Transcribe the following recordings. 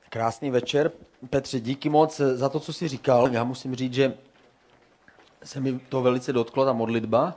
Krásný večer. Petře, díky moc za to, co jsi říkal. Já musím říct, že se mi to velice dotklo, ta modlitba.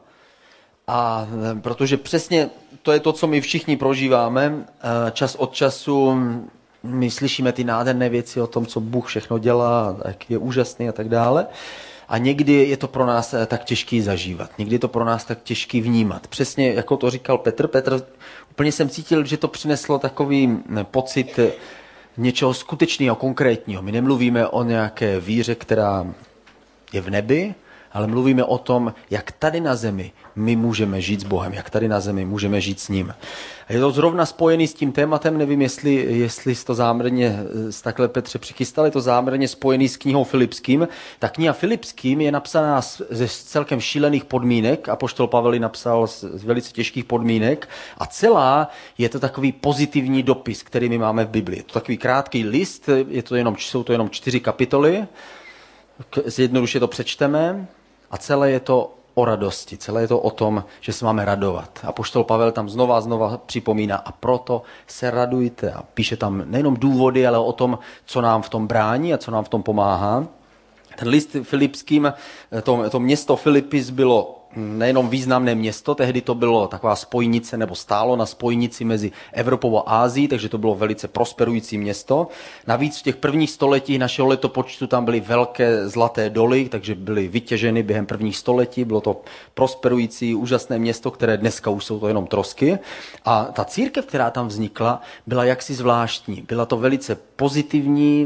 A protože přesně to je to, co my všichni prožíváme. Čas od času my slyšíme ty nádherné věci o tom, co Bůh všechno dělá, jak je úžasný a tak dále. A někdy je to pro nás tak těžký zažívat. Někdy je to pro nás tak těžký vnímat. Přesně jako to říkal Petr, úplně jsem cítil, že to přineslo takový pocit něčeho skutečného, konkrétního. My nemluvíme o nějaké víře, která je v nebi, ale mluvíme o tom, jak tady na zemi my můžeme žít s Bohem, jak tady na zemi můžeme žít s ním. A je to zrovna spojený s tím tématem, nevím, jestli jsi to záměrně takhle, Petře, přichystal, je to záměrně spojený s knihou Filipským. Ta kniha Filipským je napsaná ze celkem šílených podmínek, apoštol Pavel ji napsal z velice těžkých podmínek a celá je to takový pozitivní dopis, který my máme v Biblii. Je to takový krátký list, jsou to jenom 4 kapitoly, zjednoduše to přečteme a celé je to o radosti, celé je to o tom, že se máme radovat. Apoštol Pavel tam znova připomíná a proto se radujte a píše tam nejenom důvody, ale o tom, co nám v tom brání a co nám v tom pomáhá. Ten list Filipským, to město Filipis bylo nejenom významné město, tehdy to bylo taková spojnice, nebo stálo na spojnici mezi Evropou a Ázií, takže to bylo velice prosperující město. Navíc v těch prvních stoletích našeho letopočtu tam byly velké zlaté doly, takže byly vytěženy během prvních století, bylo to prosperující, úžasné město, které dneska už jsou to jenom trosky. A ta církev, která tam vznikla, byla jaksi zvláštní. Byla to velice pozitivní,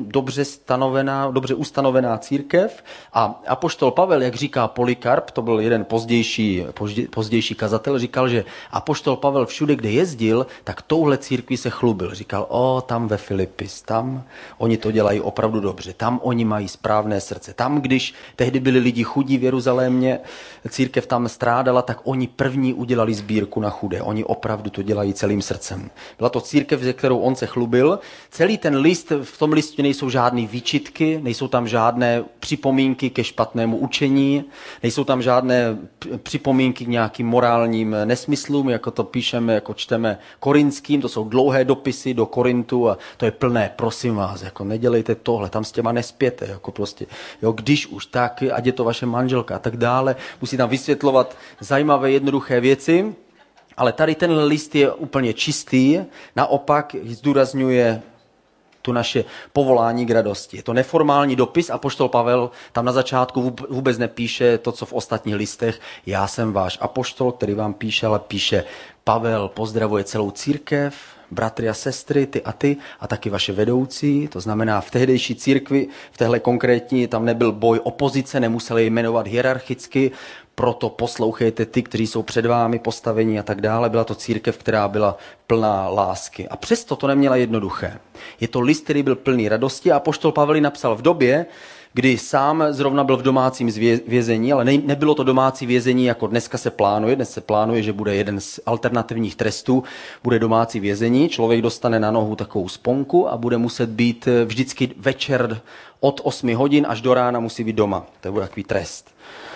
dobře ustanovená církev a apoštol Pavel, jak říká Polykarp, to byl jeden pozdější kazatel, říkal, že apoštol Pavel všude, kde jezdil, tak touhle církví se chlubil. Říkal, tam ve Filipis, tam oni to dělají opravdu dobře, tam oni mají správné srdce. Tam, když tehdy byli lidi chudí v Jeruzalémě, církev tam strádala, tak oni první udělali sbírku na chudé. Oni opravdu to dělají celým srdcem. Byla to církev, ze kterou on se chlubil. Celý ten list, v tom listu nejsou žádné výčitky, nejsou tam žádné připomínky ke špatnému učení, nejsou tam žádné připomínky k nějakým morálním nesmyslům, jako to píšeme, jako čteme korinským, to jsou dlouhé dopisy do Korintu a to je plné, prosím vás, jako nedělejte tohle, tam s těma nespěte, jako prostě, když už tak, ať je to vaše manželka a tak dále, musí tam vysvětlovat zajímavé, jednoduché věci, ale tady ten list je úplně čistý, naopak zdůrazňuje tu naše povolání k radosti. Je to neformální dopis, apoštol Pavel tam na začátku vůbec nepíše to, co v ostatních listech. Já jsem váš apoštol, který vám píše, ale píše Pavel pozdravuje celou církev, bratry a sestry, ty a taky vaše vedoucí. To znamená, v tehdejší církvi, v téhle konkrétní, tam nebyl boj opozice, nemuseli je jmenovat hierarchicky, proto poslouchejte ty, kteří jsou před vámi postavení a tak dále. Byla to církev, která byla plná lásky. A přesto to neměla jednoduché. Je to list, který byl plný radosti a apoštol Pavel napsal v době, kdy sám zrovna byl v domácím vězení, ale nebylo to domácí vězení, jako dneska se plánuje. Dnes se plánuje, že bude jeden z alternativních trestů, bude domácí vězení. Člověk dostane na nohu takovou sponku a bude muset být vždycky večer od 8 hodin až do rána musí být doma. To bude takový trest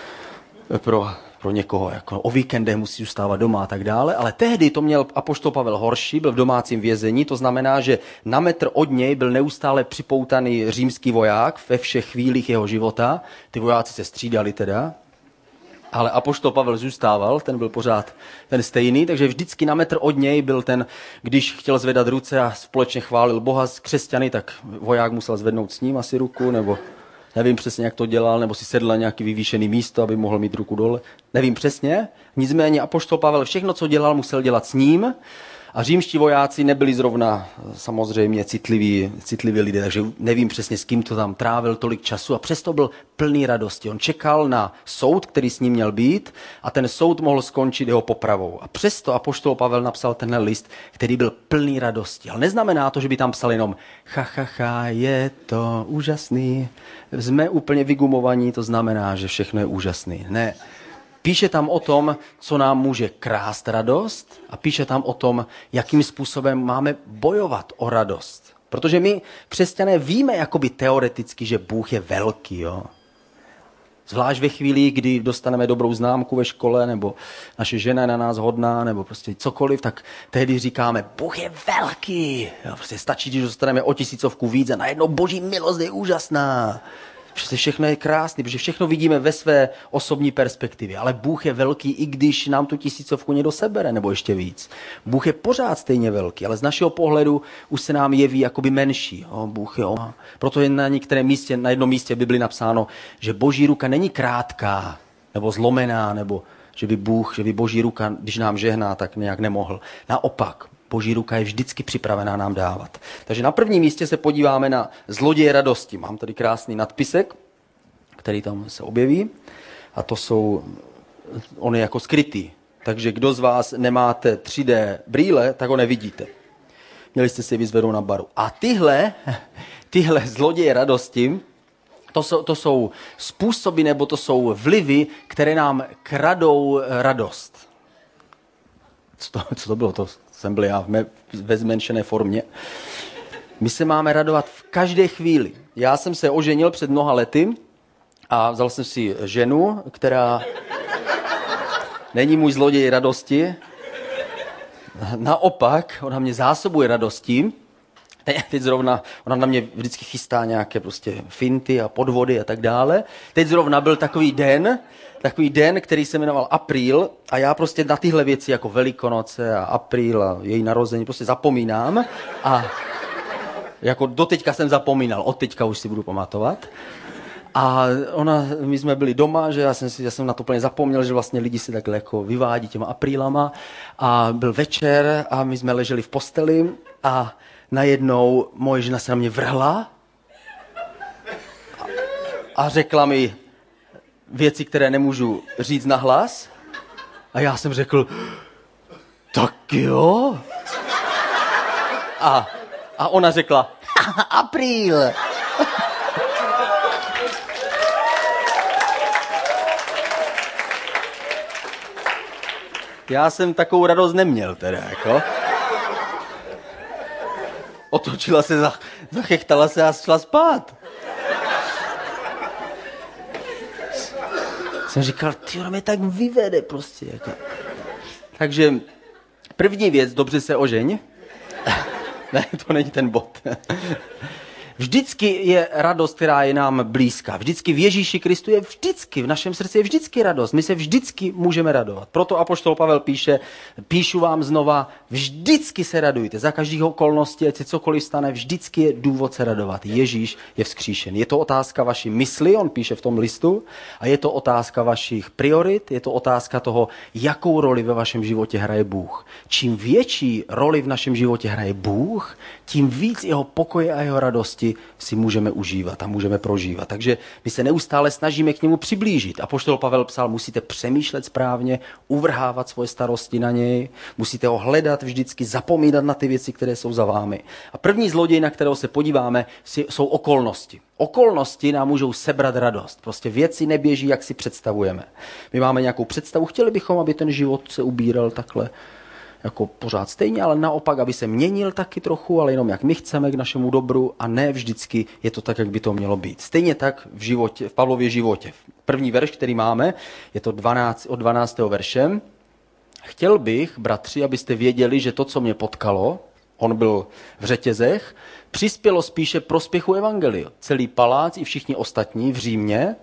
pro někoho, jako o víkendech musí zůstávat doma a tak dále, ale tehdy to měl apoštol Pavel horší, byl v domácím vězení, to znamená, že na metr od něj byl neustále připoutaný římský voják ve všech chvílích jeho života, ty vojáci se střídali teda, ale apoštol Pavel zůstával, ten byl pořád ten stejný, takže vždycky na metr od něj byl ten, když chtěl zvedat ruce a společně chválil Boha s křesťany, tak voják musel zvednout s ním asi ruku, nebo nevím přesně, jak to dělal, nebo si sedl na nějaký vyvýšený místo, aby mohl mít ruku dole. Nevím přesně. Nicméně apoštol Pavel všechno, co dělal, musel dělat s ním. A římští vojáci nebyli zrovna samozřejmě citliví lidé, takže nevím přesně, s kým to tam trávil tolik času a přesto byl plný radosti. On čekal na soud, který s ním měl být a ten soud mohl skončit jeho popravou. A přesto apoštol Pavel napsal tenhle list, který byl plný radosti. Ale neznamená to, že by tam psal jenom je to úžasný, jsme úplně vygumovaní, to znamená, že všechno je úžasný. Ne. Píše tam o tom, co nám může krást radost a píše tam o tom, jakým způsobem máme bojovat o radost. Protože my, křesťané, víme jakoby teoreticky, že Bůh je velký. Jo? Zvlášť ve chvíli, kdy dostaneme dobrou známku ve škole, nebo naše žena je na nás hodná, nebo prostě cokoliv, tak tehdy říkáme, Bůh je velký. Jo, prostě stačí, když dostaneme o 1000 víc a najednou boží milost je úžasná. Přesně všechno je krásný, protože všechno vidíme ve své osobní perspektivě. Ale Bůh je velký, i když nám tu 1000 někdo sebere, nebo ještě víc. Bůh je pořád stejně velký, ale z našeho pohledu už se nám jeví jakoby menší. Bůh je Proto je na jednom místě v Bibli napsáno, že boží ruka není krátká, nebo zlomená, nebo že by boží ruka, když nám žehná, tak nějak nemohl. Naopak, boží ruka je vždycky připravená nám dávat. Takže na prvním místě se podíváme na zloděje radosti. Mám tady krásný nadpisek, který tam se objeví. A on je jako skrytý. Takže kdo z vás nemáte 3D brýle, tak ho nevidíte. Měli jste si vyzvednout na baru. A tyhle zloděje radosti, to jsou způsoby, nebo to jsou vlivy, které nám kradou radost. Co to bylo? To jsem byl já ve zmenšené formě. My se máme radovat v každé chvíli. Já jsem se oženil před mnoha lety a vzal jsem si ženu, která není můj zloděj radosti. Naopak, ona mě zásobuje radostí. Teď zrovna, ona na mě vždycky chystá nějaké prostě finty a podvody a tak dále. Teď zrovna byl takový den, který se jmenoval Apríl a já prostě na tyhle věci jako Velikonoce a Apríl a její narození prostě zapomínám a jako doteďka jsem zapomínal, od teďka už si budu pamatovat. A my jsme byli doma, že já jsem na to úplně zapomněl, že vlastně lidi si takhle jako vyvádí těma aprílama a byl večer a my jsme leželi v posteli a najednou moje žena se na mě vrhla a řekla mi věci, které nemůžu říct nahlas. A já jsem řekl, tak jo. A ona řekla, Apríl. Já jsem takovou radost neměl teda, jako. Otočila se, zachechtala se a šla spát. Jsem říkal, ona mě tak vyvede prostě. Jako. Takže první věc, dobře se ožeň. Ne, to není ten bod. Vždycky je radost, která je nám blízká. Vždycky v Ježíši Kristu je vždycky, v našem srdci je vždycky radost. My se vždycky můžeme radovat. Proto apoštol Pavel píšu vám znova, vždycky se radujte. Za každých okolností, ať se cokoliv stane, vždycky je důvod se radovat. Ježíš je vzkříšen. Je to otázka vaší mysli, on píše v tom listu, a je to otázka vašich priorit, je to otázka toho, jakou roli ve vašem životě hraje Bůh. Čím větší roli v našem životě hraje Bůh, tím víc jeho pokoje a jeho radosti si můžeme užívat a můžeme prožívat. Takže my se neustále snažíme k němu přiblížit. Apoštol Pavel psal, musíte přemýšlet správně, uvrhávat svoje starosti na něj, musíte ho hledat vždycky, zapomínat na ty věci, které jsou za vámi. A první zloděj, na kterého se podíváme, jsou okolnosti. Okolnosti nám můžou sebrat radost. Prostě věci neběží, jak si představujeme. My máme nějakou představu, chtěli bychom, aby ten život se ubíral takhle jako pořád stejně, ale naopak, aby se měnil taky trochu, ale jenom jak my chceme k našemu dobru a ne vždycky je to tak, jak by to mělo být. Stejně tak v Pavlově životě. První verš, který máme, je to od 12. verše. Chtěl bych, bratři, abyste věděli, že to, co mě potkalo, on byl v řetězech, přispělo spíše prospěchu evangelia. Celý palác i všichni ostatní v Římě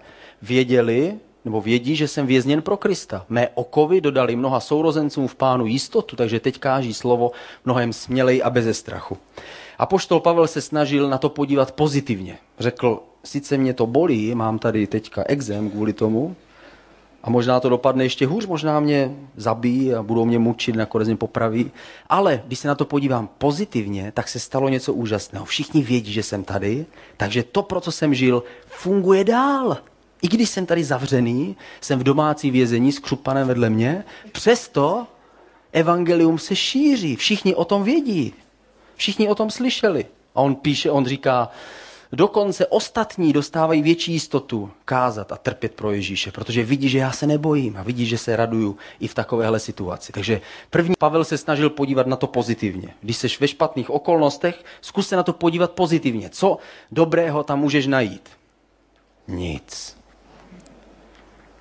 vědí, že jsem vězněn pro Krista. Mé okovy dodali mnoha sourozencům v Pánu jistotu, takže teď káží slovo mnohem smělej a beze strachu. Apoštol Pavel se snažil na to podívat pozitivně. Řekl, sice mě to bolí, mám tady teďka exém kvůli tomu a možná to dopadne ještě hůř, možná mě zabijí a budou mě mučit, nakonec mě popraví, ale když se na to podívám pozitivně, tak se stalo něco úžasného. Všichni vědí, že jsem tady, takže to, pro co jsem žil, funguje dál. I když jsem tady zavřený, jsem v domácí vězení s křupanem vedle mě, přesto evangelium se šíří. Všichni o tom vědí. Všichni o tom slyšeli. A on říká, dokonce ostatní dostávají větší jistotu kázat a trpět pro Ježíše, protože vidí, že já se nebojím a vidí, že se raduju i v takovéhle situaci. Takže první Pavel se snažil podívat na to pozitivně. Když seš ve špatných okolnostech, zkus se na to podívat pozitivně. Co dobrého tam můžeš najít? Nic.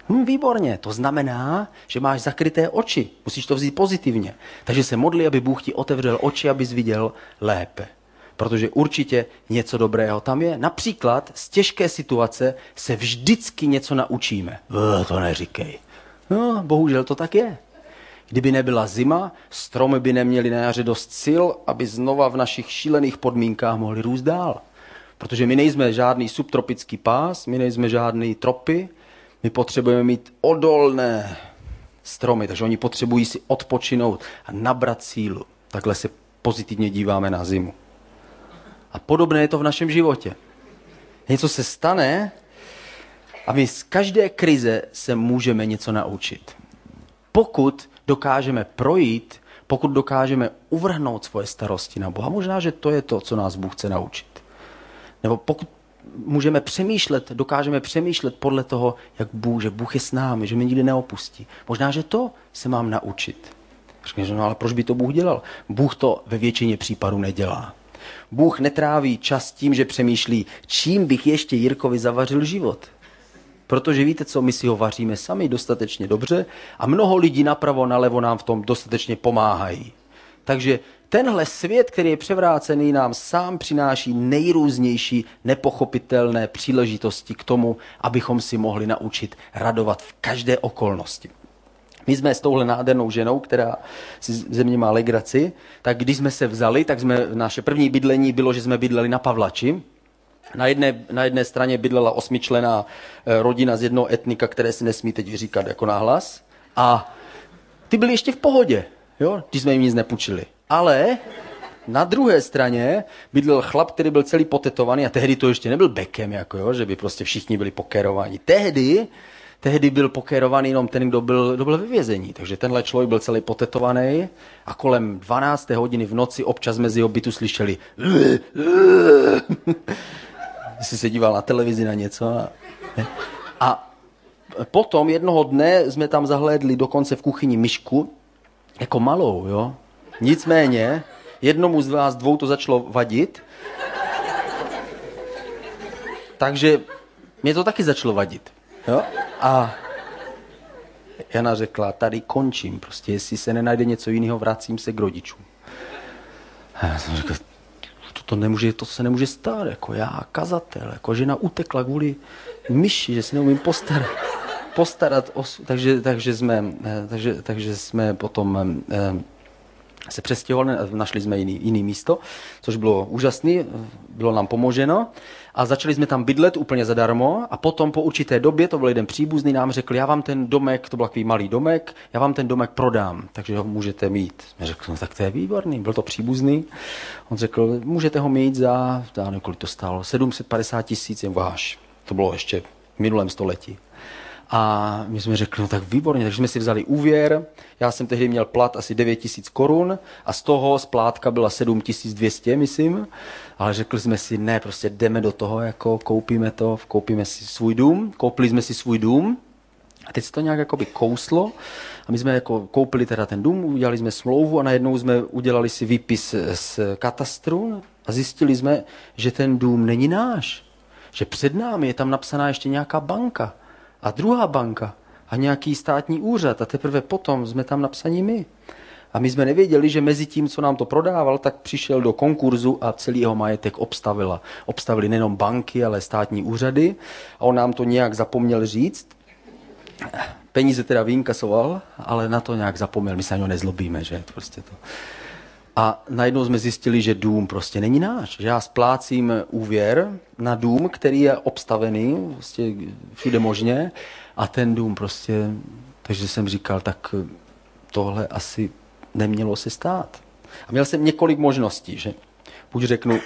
Výborně, to znamená, že máš zakryté oči. Musíš to vzít pozitivně. Takže se modli, aby Bůh ti otevřel oči, abys viděl lépe. Protože určitě něco dobrého tam je. Například z těžké situace se vždycky něco naučíme. To neříkej. No, bohužel to tak je. Kdyby nebyla zima, stromy by neměly na jaře dost sil, aby znova v našich šílených podmínkách mohly růst dál. Protože my nejsme žádný subtropický pás, my nejsme žádný tropy, my potřebujeme mít odolné stromy, takže oni potřebují si odpočinout a nabrat sílu. Takhle se pozitivně díváme na zimu. A podobné je to v našem životě. Něco se stane a my z každé krize se můžeme něco naučit. Pokud dokážeme projít, pokud dokážeme uvrhnout svoje starosti na Boha, možná, že to je to, co nás Bůh chce naučit. Nebo pokud můžeme přemýšlet, dokážeme přemýšlet podle toho, že Bůh je s námi, že mě nikdy neopustí. Možná, že to se mám naučit. Řekneš, no ale proč by to Bůh dělal? Bůh to ve většině případů nedělá. Bůh netráví čas tím, že přemýšlí, čím bych ještě Jirkovi zavařil život. Protože víte co, my si ho vaříme sami dostatečně dobře a mnoho lidí napravo, nalevo nám v tom dostatečně pomáhají. Takže tenhle svět, který je převrácený, nám sám přináší nejrůznější nepochopitelné příležitosti k tomu, abychom si mohli naučit radovat v každé okolnosti. My jsme s touhle nádhernou ženou, která si ze mě má legraci, tak když jsme se vzali, tak naše první bydlení bylo, že jsme bydleli na Pavlači. Na jedné straně bydlela 8členná rodina z jednoho etnika, které si nesmí teď vyříkat jako nahlas. A ty byli ještě v pohodě, jo, když jsme jim nic nepůjčili. Ale na druhé straně bydlel chlap, který byl celý potetovaný a tehdy to ještě nebyl Beckham, jako jo, že by prostě všichni byli pokérováni. Tehdy byl pokérovaný jenom ten, kdo byl ve vězení. Takže tenhle člověk byl celý potetovaný a kolem 12. hodiny v noci občas mezi jeho bytu slyšeli jestli se díval na televizi na něco. A potom jednoho dne jsme tam zahlédli dokonce v kuchyni myšku, jako malou, jo. Nicméně jednomu z vás dvou to začalo vadit, takže mě to taky začalo vadit. Jo? A Jana řekla, tady končím, prostě jestli se nenajde něco jiného, vracím se k rodičům. A já jsem řekl, to se nemůže stát, jako já, kazatel, jako žena utekla kvůli myši, že si neumím postarat takže jsme potom se přestěhovali, našli jsme jiný místo, což bylo úžasné, bylo nám pomoženo a začali jsme tam bydlet úplně zadarmo a potom po určité době, to byl jeden příbuzný, nám řekl, já vám ten domek, to byl takový malý domek, já vám ten domek prodám, takže ho můžete mít. Jsme řekli, no tak to je výborný, byl to příbuzný. On řekl, můžete ho mít já nevím, kolik to stálo, 750 000 váš. To bylo ještě v minulém století. A my jsme řekli, no tak výborně, takže jsme si vzali úvěr, já jsem tehdy měl plat asi 9 000 korun a z toho splátka byla 7 200, myslím, ale řekli jsme si, ne, prostě jdeme do toho, jako koupíme si svůj dům, koupili jsme si svůj dům a teď se to nějak jakoby kouslo a my jsme jako koupili teda ten dům, udělali jsme smlouvu a najednou jsme udělali si výpis z katastru a zjistili jsme, že ten dům není náš, že před námi je tam napsaná ještě nějaká banka. A druhá banka a nějaký státní úřad a teprve potom jsme tam napsaní my. A my jsme nevěděli, že mezi tím, co nám to prodával, tak přišel do konkurzu a celý jeho majetek obstavili nejenom banky, ale státní úřady a on nám to nějak zapomněl říct. Peníze teda vyinkasoval, ale na to nějak zapomněl, my se na něho nezlobíme, že? Prostě to. A najednou jsme zjistili, že dům prostě není náš. Že já splácím úvěr na dům, který je obstavený prostě všude možně a ten dům prostě, takže jsem říkal, tak tohle asi nemělo se stát. A měl jsem několik možností, že buď řeknu,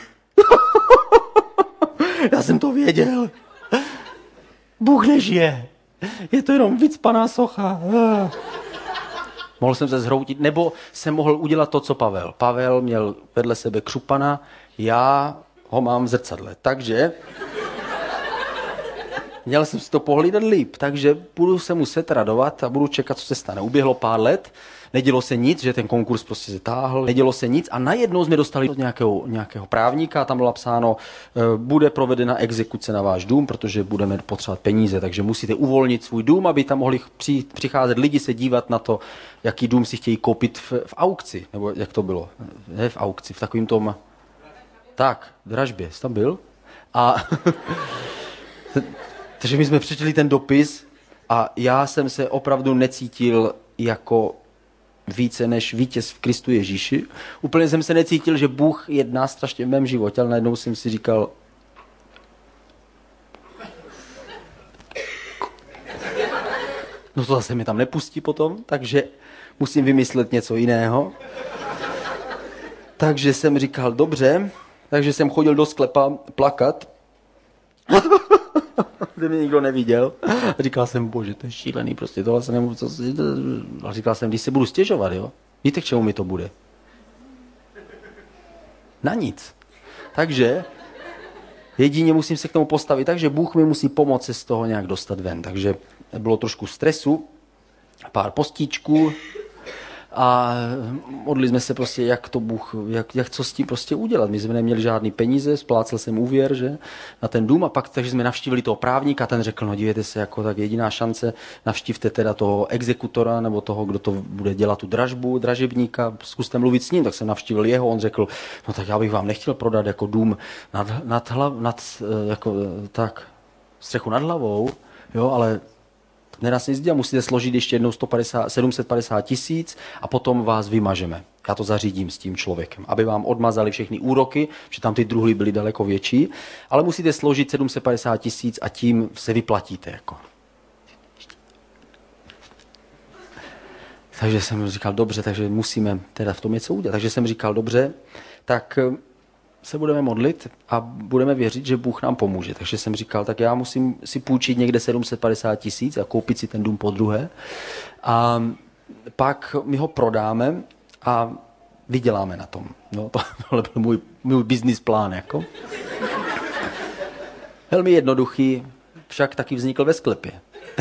já jsem to věděl, Bůh nežije, je to jenom vycpaná socha. Mohl jsem se zhroutit, nebo jsem mohl udělat to, co Pavel. Pavel měl vedle sebe křupana, já ho mám v zrcadle. Takže měl jsem si to pohlídat líp, takže budu se muset radovat a budu čekat, co se stane. Uběhlo pár let, nedělo se nic, že ten konkurs prostě zatáhl, nedělo se nic a najednou jsme dostali od nějakého právníka, tam bylo psáno, bude provedena exekuce na váš dům, protože budeme potřebovat peníze, takže musíte uvolnit svůj dům, aby tam mohli přicházet lidi se dívat na to, jaký dům si chtějí koupit v aukci, nebo jak to bylo, ne v aukci, v takovým tom, tak, dražbě, jsi tam byl? A takže my jsme přečetli ten dopis a já jsem se opravdu necítil jako více než vítěz v Kristu Ježíši. Úplně jsem se necítil, že Bůh jedná strašně v mém životě, ale najednou jsem si říkal, no to zase mě tam nepustí potom, takže musím vymyslet něco jiného. Takže jsem říkal, dobře, takže jsem chodil do sklepa plakat, kde mě nikdo neviděl. A říkal jsem, bože, to je šílený, prostě tohle se nemůžu, a říkal jsem, když se budu stěžovat, jo, víte, k čemu mi to bude? Na nic. Takže jedině musím se k tomu postavit, takže Bůh mi musí pomoct se z toho nějak dostat ven. Takže bylo trošku stresu, pár postíčků, a modlili jsme se prostě, jak to Bůh, jak co s tím prostě udělat. My jsme neměli žádný peníze, splácel jsem úvěr, že, na ten dům a pak takže jsme navštívili toho právníka, ten řekl, no dívejte se, jako tak jediná šance, navštívte teda toho exekutora nebo toho, kdo to bude dělat tu dražbu, dražebníka, zkuste mluvit s ním, tak jsem navštívil jeho, on řekl, no tak já bych vám nechtěl prodat jako dům tak, střechu nad hlavou, jo, ale nedá se nic dělat, musíte složit ještě jednou 750 tisíc a potom vás vymažeme. Já to zařídím s tím člověkem, aby vám odmazali všechny úroky, že tam ty druhy byly daleko větší, ale musíte složit 750 tisíc a tím se vyplatíte. Jako. Takže jsem říkal, dobře, takže musíme teda v tom něco udělat. Takže jsem říkal, dobře, tak se budeme modlit a budeme věřit, že Bůh nám pomůže. Takže jsem říkal, tak já musím si půjčit někde 750 tisíc a koupit si ten dům po druhé. A pak my ho prodáme a vyděláme na tom. No, to byl můj business plán. Jako. Velmi jednoduchý, však taky vznikl ve sklepě.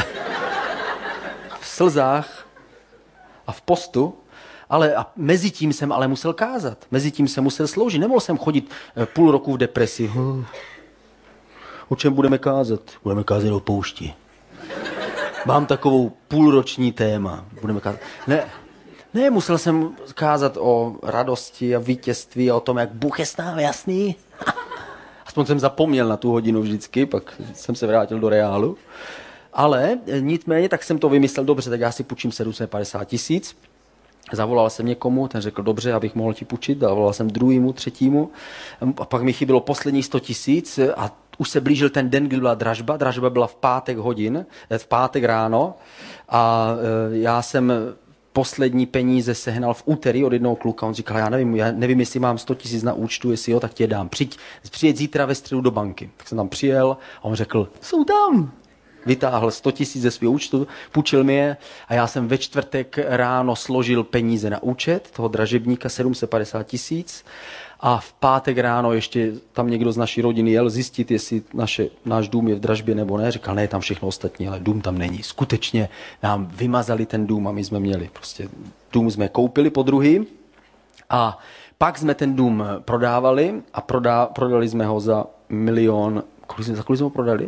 V slzách a v postu. Ale a mezi tím jsem ale musel kázat. Mezi tím jsem musel sloužit. Nemohl jsem chodit půl roku v depresi. O čem budeme kázat? Budeme kázat o poušti. Mám takovou půlroční téma. Budeme kázat. Ne, musel jsem kázat o radosti a vítězství a o tom, jak Bůh je s námi, jasný. Aspoň jsem zapomněl na tu hodinu vždycky, pak jsem se vrátil do reálu. Ale nicméně, tak jsem to vymyslel dobře, tak já si půjčím 750 tisíc. Zavolal jsem někomu, ten řekl, dobře, abych mohl ti půjčit, zavolal jsem druhému, třetímu a pak mi chybělo poslední 100 tisíc a už se blížil ten den, kdy byla dražba. Dražba byla v pátek ráno a já jsem poslední peníze sehnal v úterý od jednoho kluka. On říkal, já nevím, jestli mám 100 tisíc na účtu, jestli jo, tak tě dám. Přijeď zítra ve středu do banky. Tak jsem tam přijel a on řekl, jsou tam. Vytáhl 100 tisíc ze svého účtu, půjčil mi je a já jsem ve čtvrtek ráno složil peníze na účet toho dražebníka 750 tisíc a v pátek ráno ještě tam někdo z naší rodiny jel zjistit, jestli náš dům je v dražbě nebo ne. Říkal, ne, tam všechno ostatní, ale dům tam není. Skutečně nám vymazali ten dům a my jsme měli. Prostě dům jsme koupili po druhý a pak jsme ten dům prodávali a prodali jsme ho za 1 000 000. Za kolik jsme ho prodali?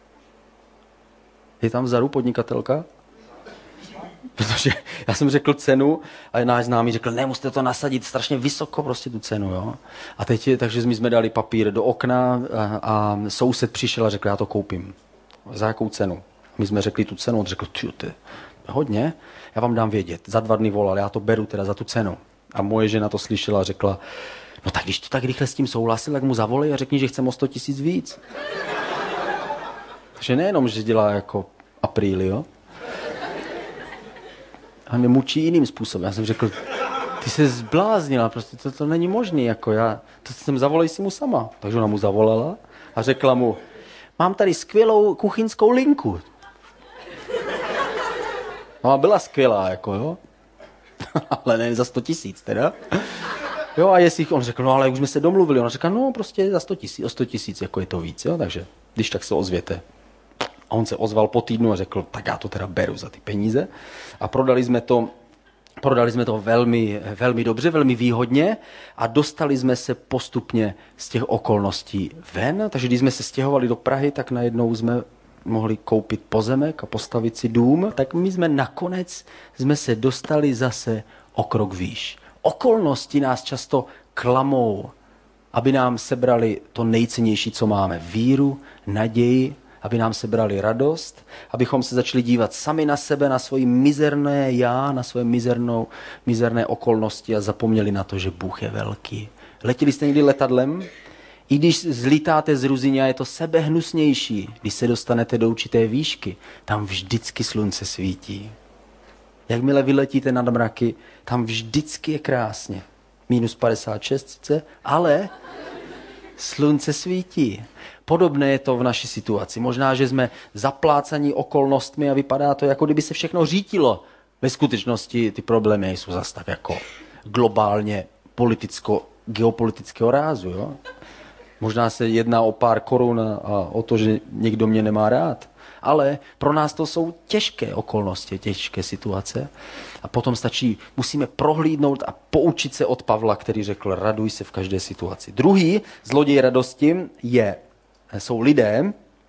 Je tam vzadu podnikatelka? Protože já jsem řekl cenu a náš známý řekl, ne, musíte to nasadit strašně vysoko, prostě tu cenu, jo. A teď takže my jsme dali papír do okna a soused přišel a řekl, já to koupím. Za jakou cenu? My jsme řekli tu cenu, on řekl, ty hodně, já vám dám vědět. Za 2 dny volal, já to beru teda za tu cenu. A moje žena to slyšela a řekla, no tak když to tak rychle s tím souhlasil, tak mu zavolej a řekni, že chceme o 100 tisíc víc. Takže nejenom, že dělá jako apríli, jo? A mě mučí jiným způsobem. Já jsem řekl, ty se zbláznila, prostě to není možné, jako to jsem zavolej si mu sama. Takže ona mu zavolala a řekla mu, mám tady skvělou kuchyňskou linku. No a byla skvělá, jako jo? Ale ne za 100 tisíc teda. Jo, a jestli on řekl, no ale už jsme se domluvili. Ona řekla, no prostě za 100 tisíc, o 100 tisíc, jako je to víc, jo? Takže když tak se ozvěte. A on se ozval po týdnu a řekl, tak já to teda beru za ty peníze. A prodali jsme to velmi, velmi dobře, velmi výhodně a dostali jsme se postupně z těch okolností ven. Takže když jsme se stěhovali do Prahy, tak najednou jsme mohli koupit pozemek a postavit si dům. Tak my jsme nakonec se dostali zase o krok výš. Okolnosti nás často klamou, aby nám sebrali to nejcennější, co máme. Víru, naději, aby nám sebrali radost, abychom se začali dívat sami na sebe, na svoje mizerné já, na svoje mizerné okolnosti a zapomněli na to, že Bůh je velký. Letěli jste někdy letadlem? I když zlítáte z Ruzyně, je to sebehnusnější. Když se dostanete do určité výšky, tam vždycky slunce svítí. Jakmile vyletíte nad mraky, tam vždycky je krásně. Minus 56 sice, ale slunce svítí. Podobné je to v naší situaci. Možná, že jsme zaplácaní okolnostmi a vypadá to, jako kdyby se všechno řítilo. Ve skutečnosti ty problémy jsou zase tak jako globálně geopolitického rázu. Jo? Možná se jedná o pár korun a o to, že někdo mě nemá rád. Ale pro nás to jsou těžké okolnosti, těžké situace. A potom musíme prohlídnout a poučit se od Pavla, který řekl, raduj se v každé situaci. Druhý zloděj radosti jsou lidé.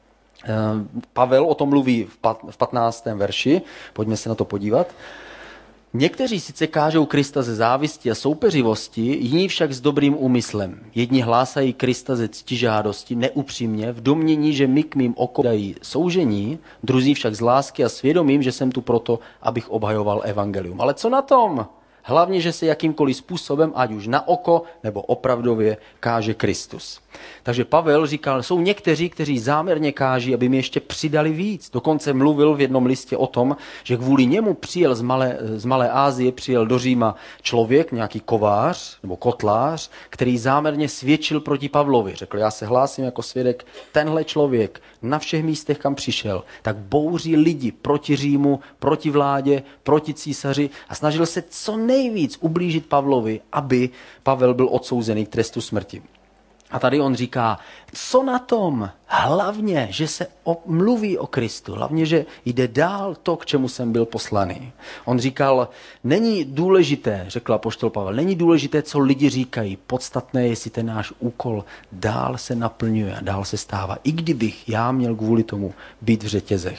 Pavel o tom mluví v 15. verši. Pojďme se na to podívat. Někteří sice kážou Krista ze závisti a soupeřivosti, jiní však s dobrým úmyslem. Jedni hlásají Krista ze ctižádosti, neupřímně, v domnění, že mi k mým okom dají soužení, druzí však z lásky a svědomím, že jsem tu proto, abych obhajoval evangelium. Ale co na tom? Hlavně, že se jakýmkoliv způsobem, ať už na oko nebo opravdově, káže Kristus. Takže Pavel říkal, jsou někteří, kteří záměrně káží, aby mi ještě přidali víc. Dokonce mluvil v jednom listě o tom, že kvůli němu přijel z Malé Asie, přijel do Říma člověk, nějaký kovář nebo kotlář, který záměrně svědčil proti Pavlovi. Řekl, já se hlásím jako svědek, tenhle člověk na všech místech, kam přišel, tak bouří lidi proti Římu, proti vládě, proti císaři a snažil se co nejvíc ublížit Pavlovi, aby Pavel byl odsouzený k trestu smrti. A tady on říká, co na tom? Hlavně, že se mluví o Kristu, hlavně, že jde dál to, k čemu jsem byl poslaný. On říkal, není důležité, řekl apoštol Pavel, není důležité, co lidi říkají, podstatné je, jestli ten náš úkol dál se naplňuje a dál se stává, i kdybych já měl kvůli tomu být v řetězech.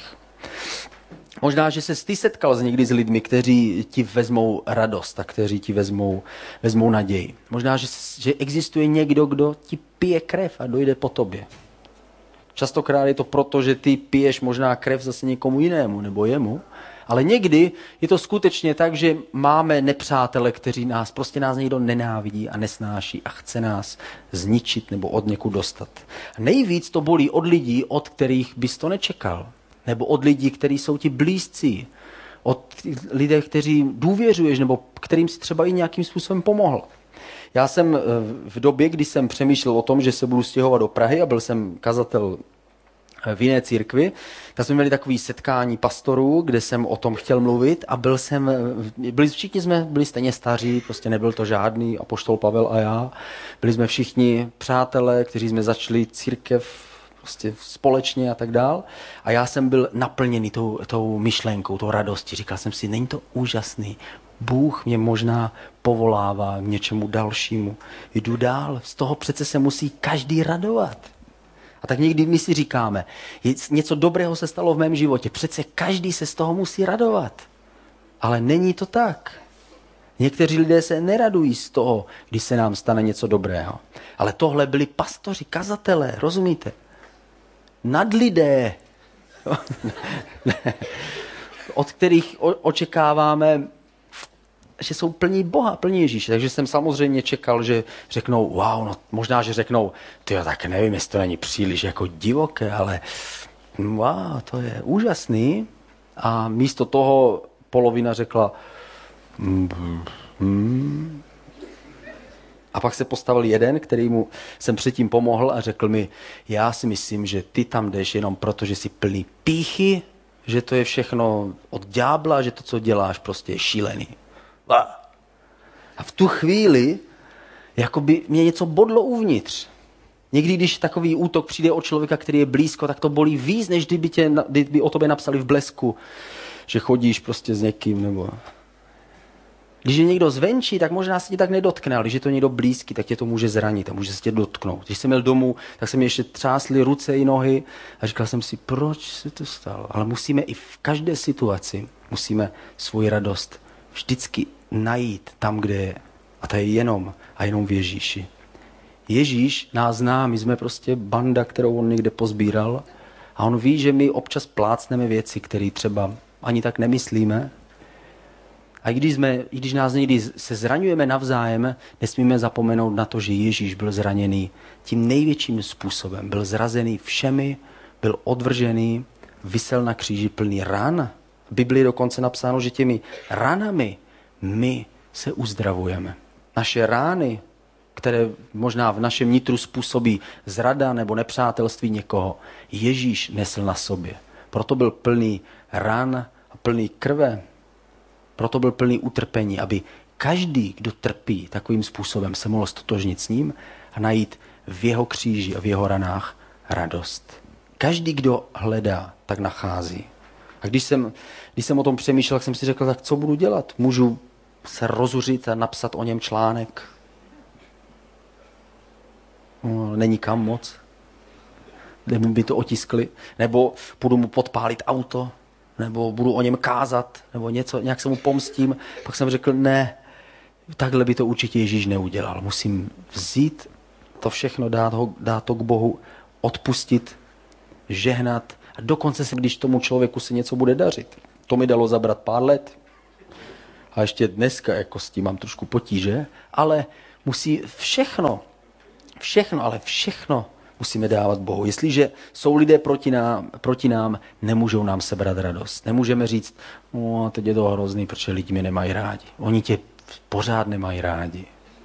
Možná, že se ty setkal někdy s lidmi, kteří ti vezmou radost a kteří ti vezmou naději. Možná, že existuje někdo, kdo ti pije krev a dojde po tobě. Častokrát je to proto, že ty piješ možná krev zase někomu jinému nebo jemu, ale někdy je to skutečně tak, že máme nepřátele, kteří nás někdo nenávidí a nesnáší a chce nás zničit nebo od někud dostat. A nejvíc to bolí od lidí, od kterých bys to nečekal. Nebo od lidí, kteří jsou ti blízcí, od lidí, kteří důvěřuješ, nebo kterým si třeba i nějakým způsobem pomohl. Já jsem v době, kdy jsem přemýšlel o tom, že se budu stěhovat do Prahy a byl jsem kazatel v jiné církvi, tak jsme měli takové setkání pastorů, kde jsem o tom chtěl mluvit a všichni jsme byli stejně staří, prostě nebyl to žádný apoštol Pavel a já. Byli jsme všichni přátelé, kteří jsme začali církev prostě společně a tak dál. A já jsem byl naplněný tou myšlenkou, tou radostí. Říkal jsem si, není to úžasný? Bůh mě možná povolává k něčemu dalšímu. Jdu dál, z toho přece se musí každý radovat. A tak někdy my si říkáme, něco dobrého se stalo v mém životě, přece každý se z toho musí radovat. Ale není to tak. Někteří lidé se neradují z toho, když se nám stane něco dobrého. Ale tohle byli pastoři, kazatelé, rozumíte? Nadlidé, od kterých očekáváme, že jsou plní Boha, plní Ježíše. Takže jsem samozřejmě čekal, že řeknou, wow, no možná, že řeknou, tyjo, tak nevím, jestli to není příliš jako divoké, ale wow, to je úžasný. A místo toho polovina řekla, A pak se postavil jeden, kterýmu jsem předtím pomohl a řekl mi, já si myslím, že ty tam jdeš jenom proto, že jsi plný pýchy, že to je všechno od ďábla, že to, co děláš, prostě je šílený. A v tu chvíli, jako by mě něco bodlo uvnitř. Někdy, když takový útok přijde od člověka, který je blízko, tak to bolí víc, než kdyby o tobě napsali v Blesku, že chodíš prostě s někým. Nebo... Když je někdo zvenčí, tak možná se ti tak nedotkne, ale když je to někdo blízký, tak tě to může zranit a může se tě dotknout. Když jsem měl domů, tak se mi ještě třásly ruce i nohy a říkal jsem si, proč se to stalo. Ale musíme i v každé situaci, musíme svoji radost vždycky najít tam, kde je. A to je jenom v Ježíši. Ježíš nás zná, my jsme prostě banda, kterou on někde pozbíral a on ví, že my občas plácneme věci, které třeba ani tak nemyslíme. A i když nás někdy se zraňujeme navzájem, nesmíme zapomenout na to, že Ježíš byl zraněný tím největším způsobem. Byl zrazený všemi, byl odvržený, visel na kříži plný ran. V Biblii dokonce napsáno, že těmi ranami my se uzdravujeme. Naše rány, které možná v našem nitru způsobí zrada nebo nepřátelství někoho, Ježíš nesl na sobě. Proto byl plný ran a plný krve. Proto byl plný utrpení, aby každý, kdo trpí takovým způsobem, se mohl stotožnit s ním a najít v jeho kříži a v jeho ranách radost. Každý, kdo hledá, tak nachází. A když jsem o tom přemýšlel, tak jsem si řekl, tak co budu dělat? Můžu se rozuřit a napsat o něm článek? No, není kam moc. Kde by to otiskli? Nebo půjdu mu podpálit auto? Nebo budu o něm kázat? Nebo něco, nějak se mu pomstím? Pak jsem řekl, ne, takhle by to určitě Ježíš neudělal. Musím vzít to všechno, dát to k Bohu, odpustit, žehnat a dokonce se, když tomu člověku se něco bude dařit. To mi dalo zabrat pár let. A ještě dneska jako s tím mám trošku potíže, ale musí všechno musíme dávat Bohu. Jestliže jsou lidé proti nám, nemůžou nám sebrat radost. Nemůžeme říct, teď je to hrozný, protože lidi mě nemají rádi. Oni tě pořád nemají rádi.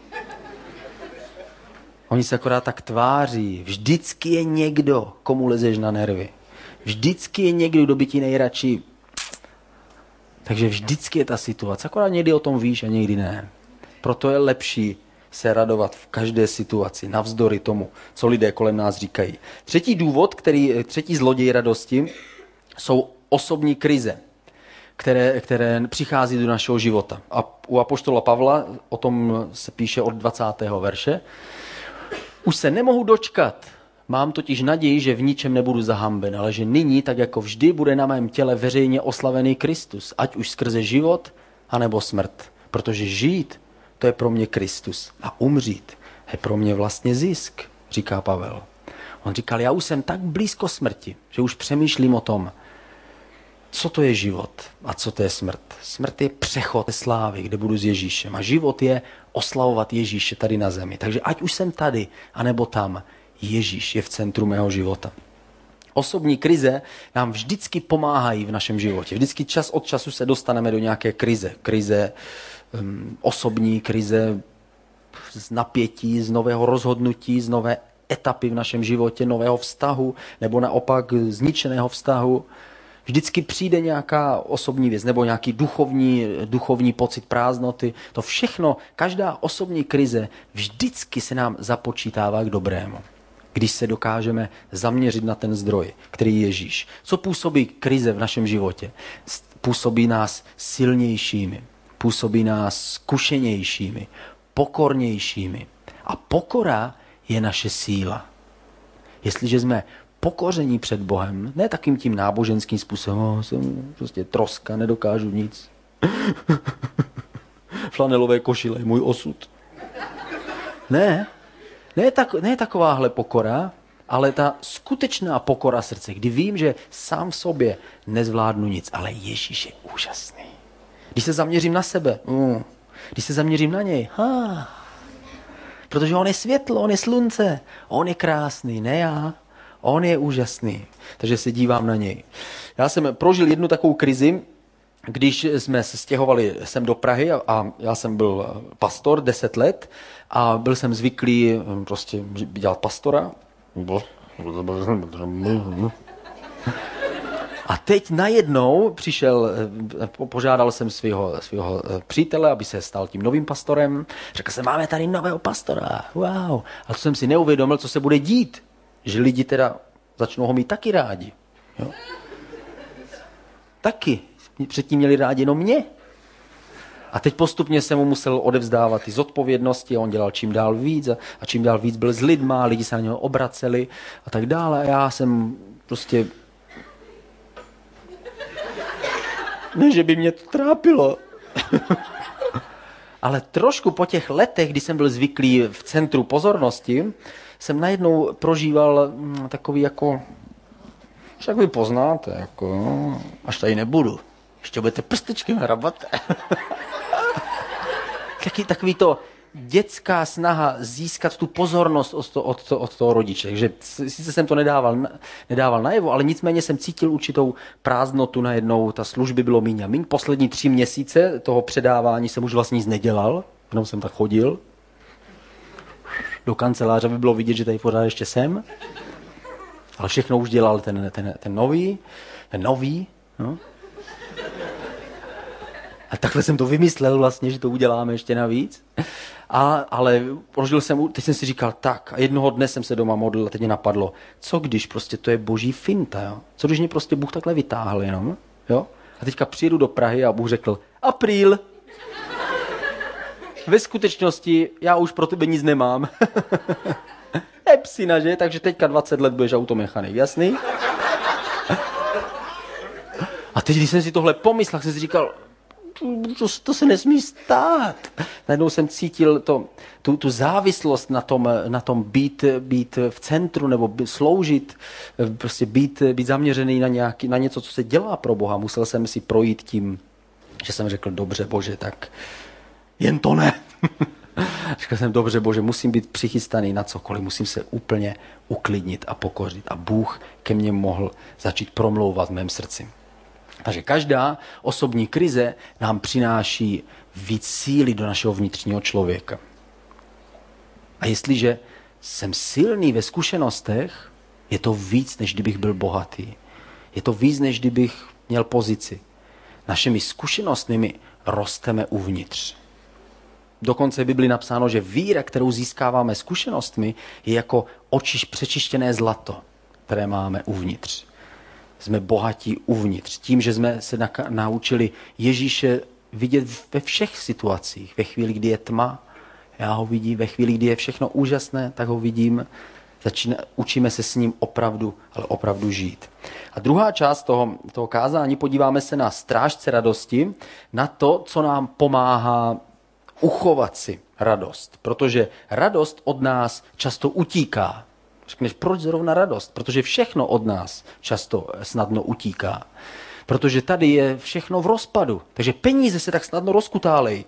Oni se akorát tak tváří. Vždycky je někdo, komu lezeš na nervy. Vždycky je někdo, kdo by ti nejradši. Takže vždycky je ta situace. Akorát někdy o tom víš a někdy ne. Proto je lepší se radovat v každé situaci, navzdory tomu, co lidé kolem nás říkají. Třetí zloděj radosti jsou osobní krize, které přichází do našeho života. A u apoštola Pavla o tom se píše od 20. verše. Už se nemohu dočkat. Mám totiž naději, že v ničem nebudu zahamben, ale že nyní, tak jako vždy, bude na mém těle veřejně oslavený Kristus, ať už skrze život, anebo smrt. Protože žít, to je pro mě Kristus. A umřít je pro mě vlastně zisk, říká Pavel. On říkal, já už jsem tak blízko smrti, že už přemýšlím o tom, co to je život a co to je smrt. Smrt je přechod slávy, kde budu s Ježíšem. A život je oslavovat Ježíše tady na zemi. Takže ať už jsem tady, anebo tam, Ježíš je v centru mého života. Osobní krize nám vždycky pomáhají v našem životě. Vždycky čas od času se dostaneme do nějaké krize. Krize osobní, krize z napětí, z nového rozhodnutí, z nové etapy v našem životě, nového vztahu, nebo naopak zničeného vztahu. Vždycky přijde nějaká osobní věc, nebo nějaký duchovní pocit prázdnoty. To všechno, každá osobní krize vždycky se nám započítává k dobrému. Když se dokážeme zaměřit na ten zdroj, který je Ježíš. Co působí krize v našem životě? Působí nás silnějšími, působí nás zkušenějšími, pokornějšími. A pokora je naše síla. Jestliže jsme pokoření před Bohem, ne takým tím náboženským způsobem, jsem prostě troska, nedokážu nic. Flanelové košile je můj osud. Ne takováhle pokora, ale ta skutečná pokora srdce, kdy vím, že sám v sobě nezvládnu nic, ale Ježíš je úžasný. Když se zaměřím na sebe, když se zaměřím na něj, protože on je světlo, on je slunce, on je krásný, ne já, on je úžasný, takže se dívám na něj. Já jsem prožil jednu takovou krizi, když jsme se stěhovali sem do Prahy a já jsem byl pastor 10 let a byl jsem zvyklý prostě dělat pastora. A teď najednou přišel, požádal jsem svého přítele, aby se stal tím novým pastorem. Řekl jsem, máme tady nového pastora, wow. A to jsem si neuvědomil, co se bude dít. Že lidi teda začnou ho mít taky rádi. Jo? Taky. Předtím měli rádi jenom mě. A teď postupně jsem mu musel odevzdávat ty zodpovědnosti a on dělal čím dál víc a čím dál víc byl s lidma, lidi se na něho obraceli a tak dále. A já jsem prostě... Ne, že by mě to trápilo. Ale trošku po těch letech, kdy jsem byl zvyklý v centru pozornosti, jsem najednou prožíval takový jako... Však vy poznáte, jako... Až tady nebudu. Ještě budete prstečky hrabat. Takový to dětská snaha získat tu pozornost od toho rodiče. Takže sice jsem to nedával najevo, ale nicméně jsem cítil určitou prázdnotu najednou. Ta služby bylo míň a míň. Poslední 3 měsíce toho předávání jsem už vlastně nic nedělal. Jenom jsem tak chodil do kanceláře, aby bylo vidět, že tady pořád ještě jsem. Ale všechno už dělal ten nový. No. A takhle jsem to vymyslel vlastně, že to uděláme ještě navíc. Ale teď jsem si říkal tak a jednoho dne jsem se doma modlil a teď mě napadlo, co když prostě to je boží finta, jo? Co když mě prostě Bůh takhle vytáhl jenom, jo? A teďka přijedu do Prahy a Bůh řekl, apríl. Ve skutečnosti já už pro tebe nic nemám. Psina, že? Takže teďka 20 let budeš automechanik, jasný? A teď, když jsem si tohle pomyslel, jsem si říkal, to se nesmí stát. Najednou jsem cítil tu závislost na tom být v centru nebo sloužit, prostě být zaměřený na něco, co se dělá pro Boha. Musel jsem si projít tím, že jsem řekl, dobře Bože, tak jen to ne. Řekl jsem, dobře Bože, musím být přichystaný na cokoliv, musím se úplně uklidnit a pokořit. A Bůh ke mně mohl začít promlouvat v mém srdci. Takže každá osobní krize nám přináší víc síly do našeho vnitřního člověka. A jestliže jsem silný ve zkušenostech, je to víc, než kdybych byl bohatý. Je to víc, než kdybych měl pozici. Našimi zkušenostmi rosteme uvnitř. Dokonce v Bibli napsáno, že víra, kterou získáváme zkušenostmi, je jako přečištěné zlato, které máme uvnitř. Jsme bohatí uvnitř. Tím, že jsme se naučili Ježíše vidět ve všech situacích. Ve chvíli, kdy je tma, já ho vidím. Ve chvíli, kdy je všechno úžasné, tak ho vidím. Učíme se s ním opravdu, ale opravdu žít. A druhá část toho kázání, podíváme se na strážce radosti, na to, co nám pomáhá uchovat si radost. Protože radost od nás často utíká. Řekneš, proč zrovna radost? Protože všechno od nás často snadno utíká. Protože tady je všechno v rozpadu. Takže peníze se tak snadno rozkutálejí.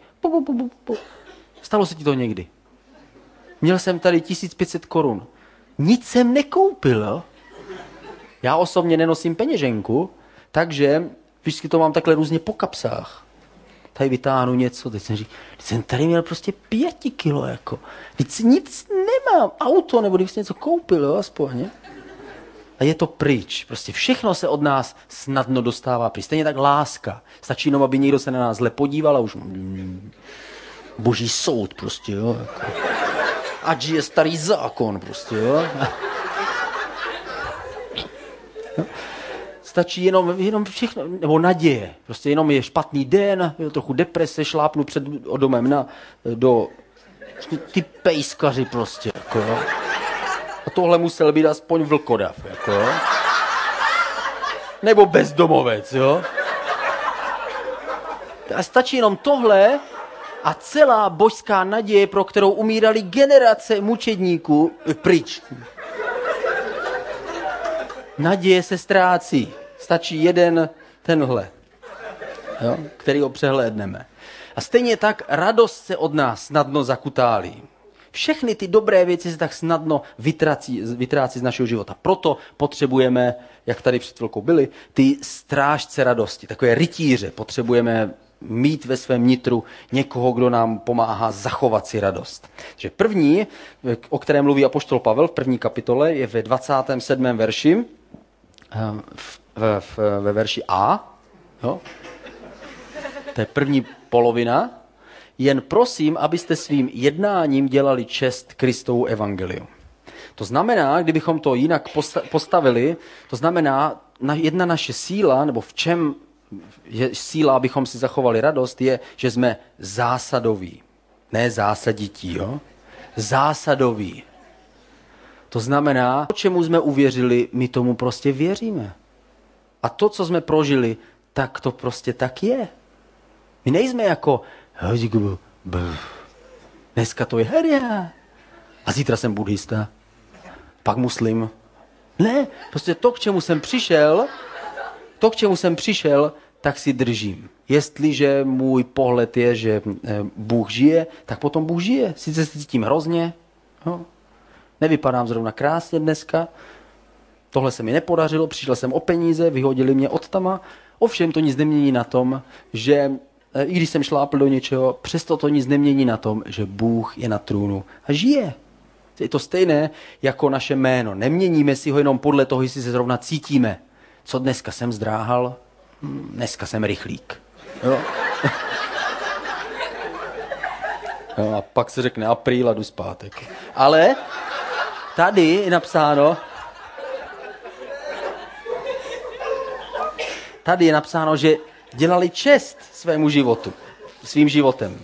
Stalo se ti to někdy? Měl jsem tady 1500 korun. Nic jsem nekoupil. Jo? Já osobně nenosím peněženku, takže vždycky to mám takhle různě po kapsách. Tady vytáhnu něco, teď jsem tady měl prostě 5 kilo, jako. Teď nic nemám, auto, nebo když jsem něco koupil, jo, aspoň, ne? A je to pryč, prostě všechno se od nás snadno dostává pryč. Stejně tak láska. Stačí jenom, aby někdo se na nás zle podíval a už boží soud, prostě, jo. Jako. Ať je starý zákon, prostě, jo. Stačí jenom všechno, nebo naděje. Prostě jenom je špatný den, trochu deprese, šlápnu před domem do ty pejskaři prostě. Jako, jo. A tohle musel být aspoň vlkodav. Jako, jo. Nebo bezdomovec. Jo. A stačí jenom tohle a celá božská naděje, pro kterou umírali generace mučedníků, pryč. Naděje se ztrácí. Stačí jeden tenhle, jo, který ho přehlédneme. A stejně tak radost se od nás snadno zakutálí. Všechny ty dobré věci se tak snadno vytrácí z našeho života. Proto potřebujeme, jak tady před chvilkou byli, ty strážce radosti, takové rytíře. Potřebujeme mít ve svém nitru někoho, kdo nám pomáhá zachovat si radost. Takže první, o kterém mluví apoštol Pavel v 1. kapitole, je ve 27. verši. ve verši A. Jo? To je první polovina. Jen prosím, abyste svým jednáním dělali čest Kristovu evangeliu. To znamená, kdybychom to jinak postavili, to znamená, jedna naše síla, nebo v čem je síla, abychom si zachovali radost, je, že jsme zásadoví. Ne zásadití, jo? Zásadoví. To znamená, čemu jsme uvěřili, my tomu prostě věříme. A to, co jsme prožili, tak to prostě tak je. My nejsme jako dneska to je heria. A zítra jsem buddhista. Pak muslim. Ne, prostě to, k čemu jsem přišel, tak si držím. Jestliže můj pohled je, že Bůh žije, tak potom Bůh žije. Sice se cítím hrozně, no. Nevypadám zrovna krásně dneska, tohle se mi nepodařilo, přišel jsem o peníze, vyhodili mě od tama, ovšem to nic nemění na tom, že i když jsem šlápl do něčeho, přesto to nic nemění na tom, že Bůh je na trůnu a žije. Je to stejné jako naše jméno. Neměníme si ho jenom podle toho, jestli se zrovna cítíme. Co dneska jsem zdráhal? Dneska jsem rychlík. Jo? Jo, a pak se řekne apríl a jdu zpátek. Ale tady je napsáno, že dělali čest svému životu, svým životem.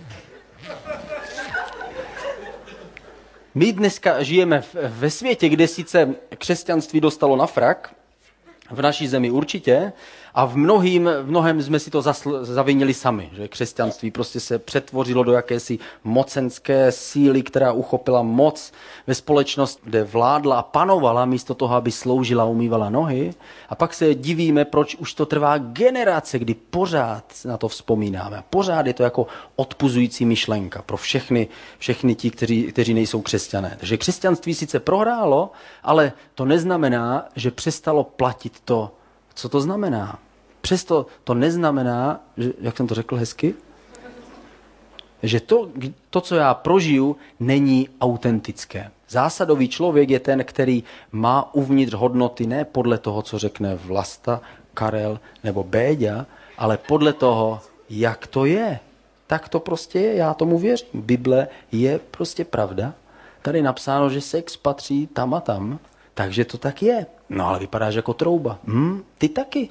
My dneska žijeme ve světě, kde sice křesťanství dostalo na frak, v naší zemi určitě, a v mnohem jsme si to zavinili sami, že křesťanství prostě se přetvořilo do jakési mocenské síly, která uchopila moc ve společnosti, kde vládla a panovala místo toho, aby sloužila a umývala nohy. A pak se divíme, proč už to trvá generace, kdy pořád na to vzpomínáme. Pořád je to jako odpuzující myšlenka pro všechny ti, kteří nejsou křesťané. Takže křesťanství sice prohrálo, ale to neznamená, že přestalo platit to, co to znamená. Přesto to neznamená, že, jak jsem to řekl hezky, že to, co já prožiju, není autentické. Zásadový člověk je ten, který má uvnitř hodnoty ne podle toho, co řekne Vlasta, Karel nebo Béďa, ale podle toho, jak to je. Tak to prostě je, já tomu věřím. Bible je prostě pravda. Tady je napsáno, že sex patří tam a tam, takže to tak je. No ale vypadáš jako trouba. Ty taky.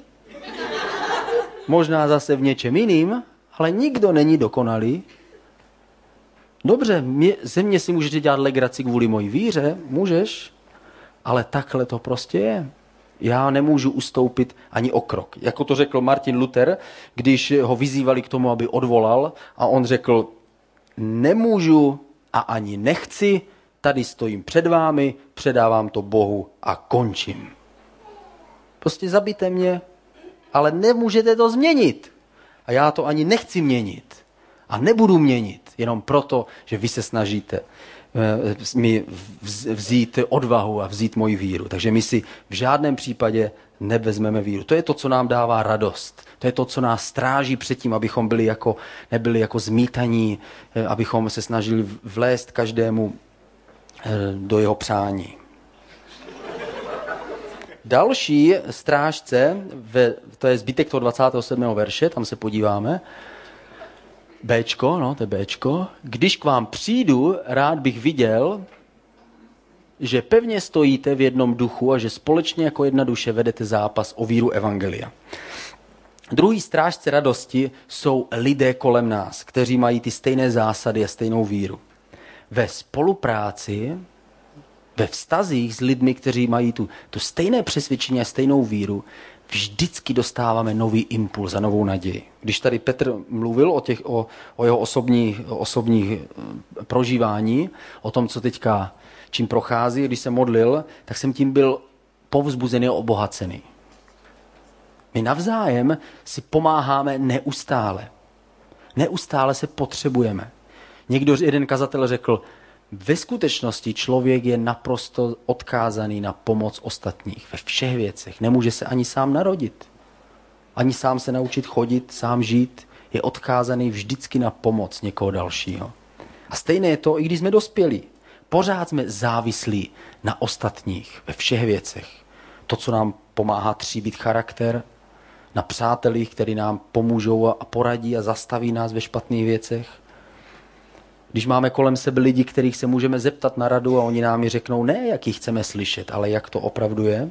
Možná zase v něčem jiným, ale nikdo není dokonalý. Dobře, ze mě si můžete dělat legraci kvůli mojí víře, můžeš, ale takhle to prostě je. Já nemůžu ustoupit ani o krok. Jako to řekl Martin Luther, když ho vyzývali k tomu, aby odvolal, a on řekl, nemůžu a ani nechci, tady stojím před vámi, předávám to Bohu a končím. Prostě zabijte mě, ale nemůžete to změnit. A já to ani nechci měnit. A nebudu měnit, jenom proto, že vy se snažíte mi vzít odvahu a vzít moji víru. Takže my si v žádném případě nevezmeme víru. To je to, co nám dává radost. To je to, co nás stráží před tím, abychom nebyli jako zmítaní, abychom se snažili vlézt každému do jeho přání. Další strážce, to je zbytek toho 27. verše, tam se podíváme. Béčko, no, to je Béčko. Když k vám přijdu, rád bych viděl, že pevně stojíte v jednom duchu a že společně jako jedna duše vedete zápas o víru evangelia. Druhý strážce radosti jsou lidé kolem nás, kteří mají ty stejné zásady a stejnou víru. Ve spolupráci, ve vztazích s lidmi, kteří mají tu stejné přesvědčení a stejnou víru, vždycky dostáváme nový impuls a novou naději. Když tady Petr mluvil o jeho osobních prožívání, o tom, co teďka čím prochází, když se modlil, tak jsem tím byl povzbuzený a obohacený. My navzájem si pomáháme neustále. Neustále se potřebujeme. Jeden kazatel řekl, ve skutečnosti člověk je naprosto odkázaný na pomoc ostatních ve všech věcech. Nemůže se ani sám narodit. Ani sám se naučit chodit, sám žít. Je odkázaný vždycky na pomoc někoho dalšího. A stejné je to, i když jsme dospělí. Pořád jsme závislí na ostatních ve všech věcech. to, co nám pomáhá tříbit charakter, na přátelích, který nám pomůžou a poradí a zastaví nás ve špatných věcech. Když máme kolem sebe lidi, kterých se můžeme zeptat na radu a oni nám ji řeknou ne, jak ji chceme slyšet, ale jak to opravdu je.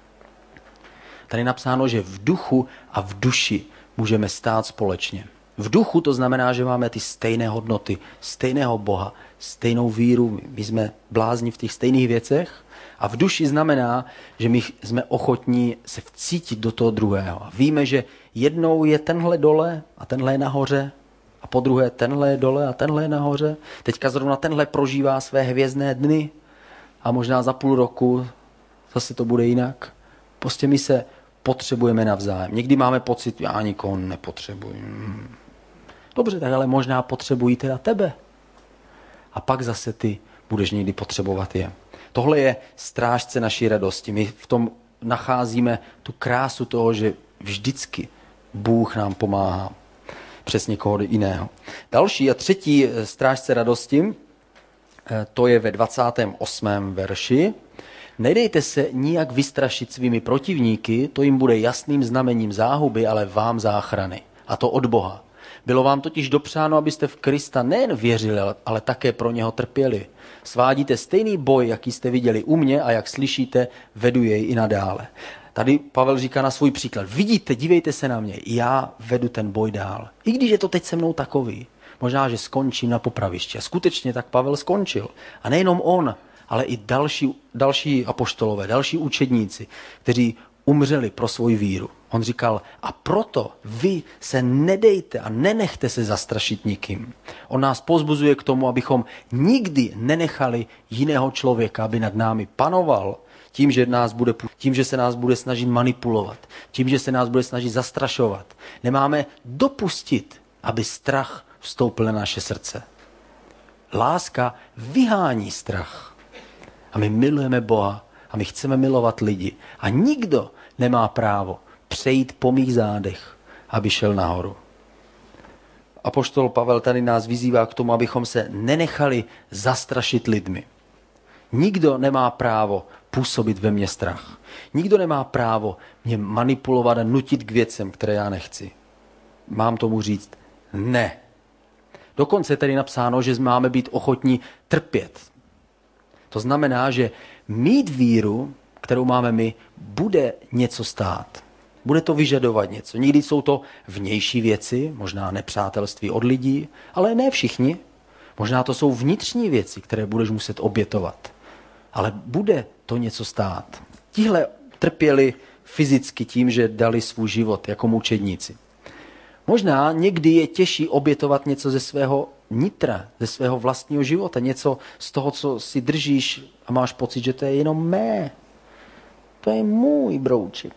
Tady je napsáno, že v duchu a v duši můžeme stát společně. V duchu to znamená, že máme ty stejné hodnoty, stejného Boha, stejnou víru, my jsme blázni v těch stejných věcech. A v duši znamená, že my jsme ochotní se vcítit do toho druhého. Víme, že jednou je tenhle dole a tenhle je nahoře a po druhé tenhle je dole a tenhle je nahoře. Teďka zrovna tenhle prožívá své hvězdné dny a možná za půl roku zase to bude jinak. Prostě my se potřebujeme navzájem. Někdy máme pocit, já nikoho nepotřebuji. Dobře, tak ale možná potřebují teda tebe. A pak zase ty budeš někdy potřebovat je. Tohle je strážce naší radosti. My v tom nacházíme tu krásu toho, že vždycky Bůh nám pomáhá přes někoho jiného. Další a třetí strážce radosti, to je ve 28. verši. Nedejte se nijak vystrašit svými protivníky, to jim bude jasným znamením záhuby, ale vám záchrany. A to od Boha. Bylo vám totiž dopřáno, abyste v Krista nejen věřili, ale také pro něho trpěli. Svádíte stejný boj, jaký jste viděli u mě a jak slyšíte, vedu jej i nadále. Tady Pavel říká na svůj příklad. Vidíte, dívejte se na mě, já vedu ten boj dál. I když je to teď se mnou takový. Možná, že skončím na popravišti. A skutečně tak Pavel skončil. A nejenom on, ale i další apoštolové, další učedníci, kteří umřeli pro svou víru. On říkal, a proto vy se nedejte a nenechte se zastrašit nikým. On nás povzbuzuje k tomu, abychom nikdy nenechali jiného člověka, aby nad námi panoval, tím, že se nás bude snažit manipulovat, tím, že se nás bude snažit zastrašovat. Nemáme dopustit, aby strach vstoupil na naše srdce. Láska vyhání strach. A my milujeme Boha a my chceme milovat lidi. A nikdo nemá právo přejít po mých zádech, aby šel nahoru. Apoštol Pavel tady nás vyzývá k tomu, abychom se nenechali zastrašit lidmi. Nikdo nemá právo působit ve mně strach. Nikdo nemá právo mě manipulovat a nutit k věcem, které já nechci. Mám tomu říct ne. Dokonce je tady napsáno, že máme být ochotní trpět. To znamená, že mít víru, kterou máme my, bude něco stát. Bude to vyžadovat něco. Někdy jsou to vnější věci, možná nepřátelství od lidí, ale ne všichni. Možná to jsou vnitřní věci, které budeš muset obětovat. Ale bude to něco stát. Tihle trpěli fyzicky tím, že dali svůj život jako mučedníci. Možná někdy je těžší obětovat něco ze svého nitra, ze svého vlastního života, něco z toho, co si držíš a máš pocit, že to je jenom mé. To je můj brouček.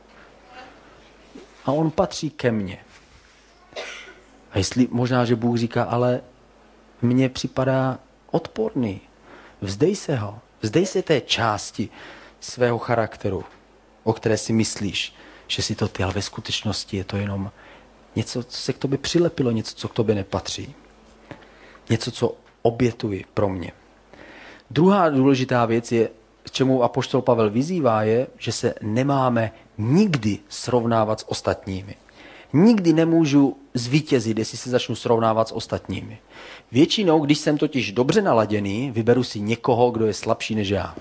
A on patří ke mně. A jestli možná, že Bůh říká, ale mně připadá odporný. Vzdej se ho. Vzdej se té části svého charakteru, o které si myslíš, že si to ty, ale ve skutečnosti je to jenom něco, co se k tobě přilepilo, něco, co k tobě nepatří. Něco, co obětuji pro mě. Druhá důležitá věc je, k čemu apoštol Pavel vyzývá, je, že se nemáme nikdy srovnávat s ostatními. Nikdy nemůžu zvítězit, jestli se začnu srovnávat s ostatními. Většinou, když jsem totiž dobře naladěný, vyberu si někoho, kdo je slabší než já.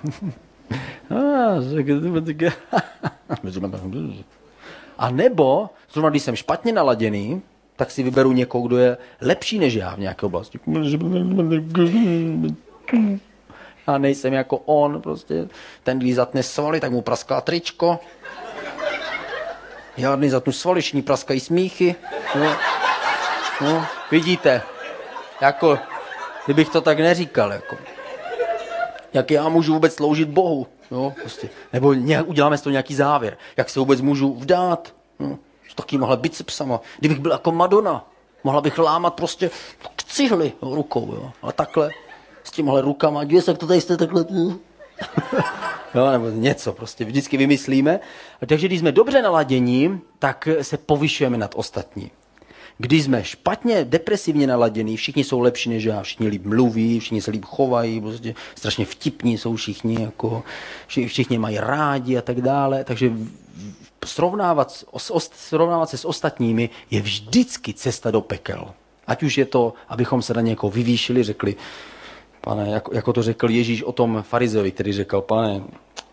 A nebo, zrovna když jsem špatně naladěný, tak si vyberu někoho, kdo je lepší než já v nějaké oblasti. Já nejsem jako on, prostě. Ten, když zatne svaly, tak mu praská tričko. Já když zatnu svaly, všichni praskají smíchy. No, vidíte, jako, kdybych to tak neříkal, jako. Jak já můžu vůbec sloužit Bohu, no, prostě. Nebo uděláme z toho nějaký závěr, jak se vůbec můžu vdát, no, s takýmhle bicepsama. Kdybych byl jako Madonna, mohla bych lámat prostě k cihli rukou, jo, a takhle. S tímhle rukama, dívej se, jak to tady jste takhle. No, nebo něco prostě vždycky vymyslíme. Takže když jsme dobře naladění, tak se povyšujeme nad ostatní. Když jsme špatně, depresivně naladění, všichni jsou lepší než já, všichni líp mluví, všichni se líp chovají, prostě strašně vtipní jsou všichni, jako, všichni mají rádi a tak dále, takže srovnávat se s ostatními je vždycky cesta do pekel. Ať už je to, abychom se na někoho vyvýšili, řekli, pane, jako to řekl Ježíš o tom farizeovi, který řekl, pane,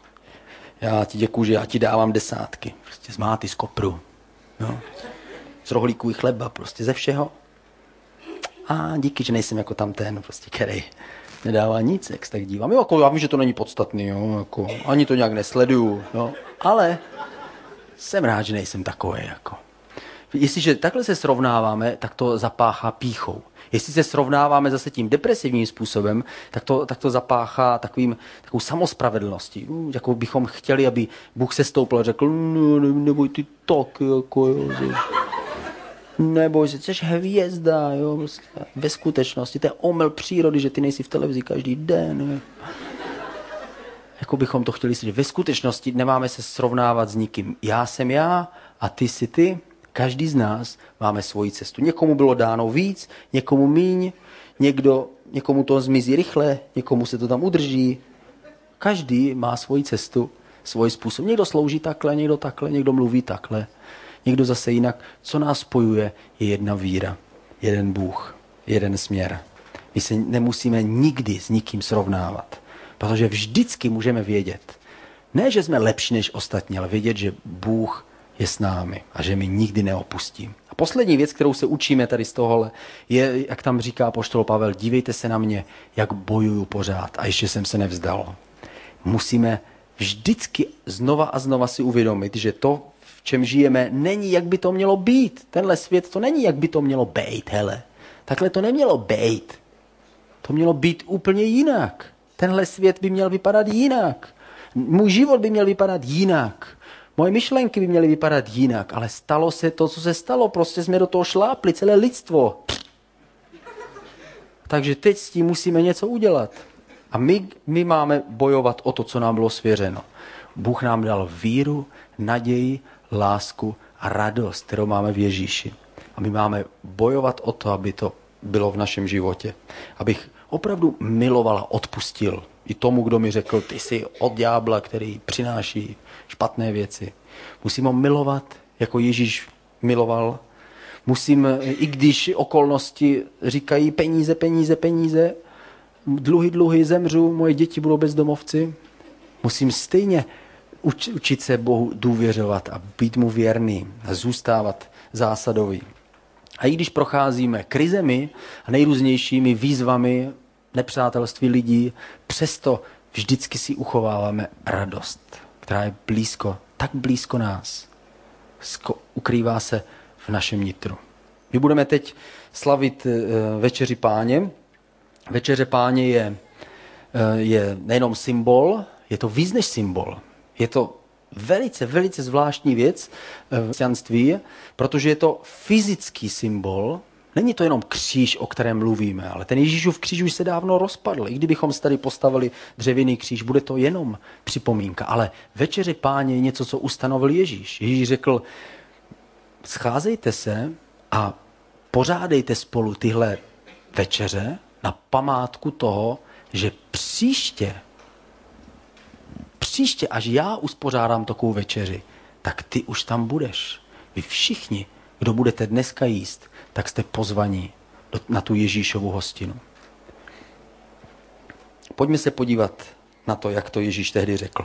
já ti děkuju, že já ti dávám 10, prostě z máty, z kopru, no. Z rohlíků i chleba, prostě ze všeho. A díky, že nejsem jako tam ten, prostě, který nedává nic, jak se tak dívám. Jo, jako, já vím, že to není podstatný, jo, jako, ani to nějak nesleduju, jo, ale jsem rád, že nejsem takový, jako. Jestliže takhle se srovnáváme, tak to zapáchá pýchou. Jestli se srovnáváme zase tím depresivním způsobem, tak to zapáchá takovou samospravedlností. Jako bychom chtěli, aby Bůh se stoupil a řekl, neboj ty tak, jako, jo, neboj se, jsi hvězda, jo, prostě. Ve skutečnosti, to je omyl přírody, že ty nejsi v televizi každý den. Jo. Jako bychom to chtěli slyšet. Ve skutečnosti nemáme se srovnávat s nikým. Já jsem já a ty jsi ty. Každý z nás máme svoji cestu. Někomu bylo dáno víc, někomu míň, někomu to zmizí rychle, někomu se to tam udrží. Každý má svoji cestu, svůj způsob. Někdo slouží takhle, někdo mluví takhle, někdo zase jinak. Co nás spojuje, je jedna víra, jeden Bůh, jeden směr. My se nemusíme nikdy s nikým srovnávat, protože vždycky můžeme vědět, ne, že jsme lepší než ostatní, ale vědět, že Bůh je s námi a že mi nikdy neopustí. A poslední věc, kterou se učíme tady z tohohle, je, jak tam říká apoštol Pavel, dívejte se na mě, jak bojuju pořád a ještě jsem se nevzdal. Musíme vždycky znova a znova si uvědomit, že to, v čem žijeme, není, jak by to mělo být. Tenhle svět to není, jak by to mělo být, hele. Takhle to nemělo být. To mělo být úplně jinak. Tenhle svět by měl vypadat jinak. Můj život by měl vypadat jinak. Moje myšlenky by měly vypadat jinak, ale stalo se to, co se stalo. Prostě jsme do toho šlápli, celé lidstvo. Takže teď s tím musíme něco udělat. A my máme bojovat o to, co nám bylo svěřeno. Bůh nám dal víru, naději, lásku a radost, kterou máme v Ježíši. A my máme bojovat o to, aby to bylo v našem životě. Abych opravdu miloval a odpustil i tomu, kdo mi řekl, ty jsi od ďábla, který přináší špatné věci. Musím ho milovat, jako Ježíš miloval. Musím, i když okolnosti říkají peníze, dluhy, zemřu, moje děti budou bezdomovci, musím stejně učit se Bohu důvěřovat a být mu věrný a zůstávat zásadový. A i když procházíme krizemi a nejrůznějšími výzvami, nepřátelství lidí, přesto vždycky si uchováváme radost, která je blízko, tak blízko nás. Ukrývá se v našem nitru. My budeme teď slavit Večeři Páně. Večeře Páně je nejenom symbol, je to víc než symbol. Je to velice zvláštní věc v křesťanství, protože je to fyzický symbol. Není to jenom kříž, o kterém mluvíme, ale ten Ježíšův kříž už se dávno rozpadl. I kdybychom si tady postavili dřevěný kříž, bude to jenom připomínka. Ale Večeře Páně je něco, co ustanovil Ježíš. Ježíš řekl, scházejte se a pořádejte spolu tyhle večeře na památku toho, že příště, až já uspořádám takovou večeři, tak ty už tam budeš. Vy všichni, kdo budete dneska jíst, tak jste pozvaní na tu Ježíšovu hostinu. Pojďme se podívat na to, jak to Ježíš tehdy řekl.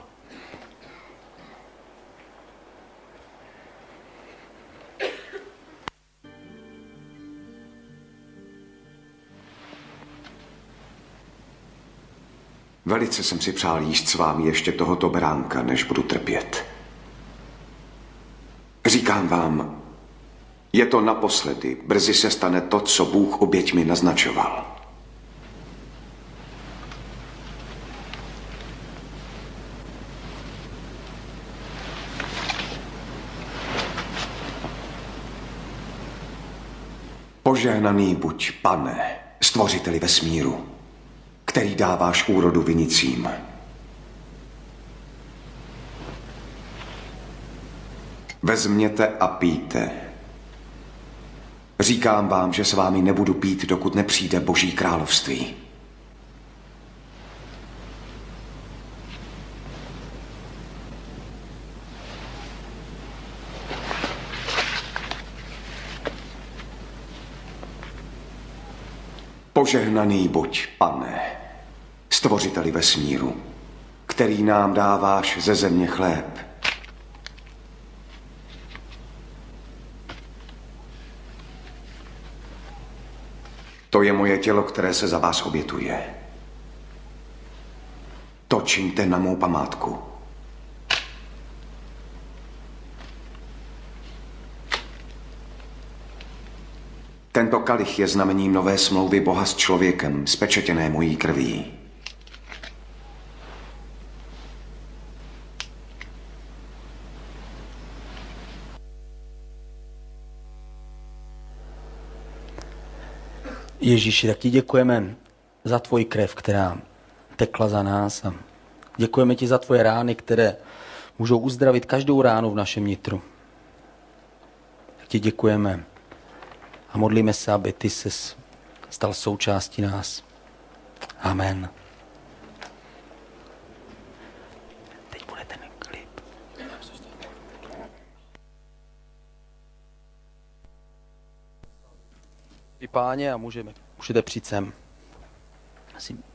Velice jsem si přál jíst s vámi ještě tohoto beránka, než budu trpět. Říkám vám, je to naposledy, brzy se stane to, co Bůh oběťmi naznačoval. Požehnaný buď, Pane, stvořiteli vesmíru, který dáváš úrodu vinicím. Vezměte a pijte. Říkám vám, že s vámi nebudu pít, dokud nepřijde Boží království. Požehnaný buď, Pane, stvořiteli vesmíru, který nám dáváš ze země chléb. To je moje tělo, které se za vás obětuje. To čiňte na mou památku. Tento kalich je znamením nové smlouvy Boha s člověkem, spečetěné mojí krví. Ježíši, tak ti děkujeme za tvoji krev, která tekla za nás. A děkujeme ti za tvoje rány, které můžou uzdravit každou ránu v našem nitru. Tak ti děkujeme a modlíme se, aby ty ses stal součástí nás. Amen. Teď bude ten klip. Páně, a můžete přijít sem. Asi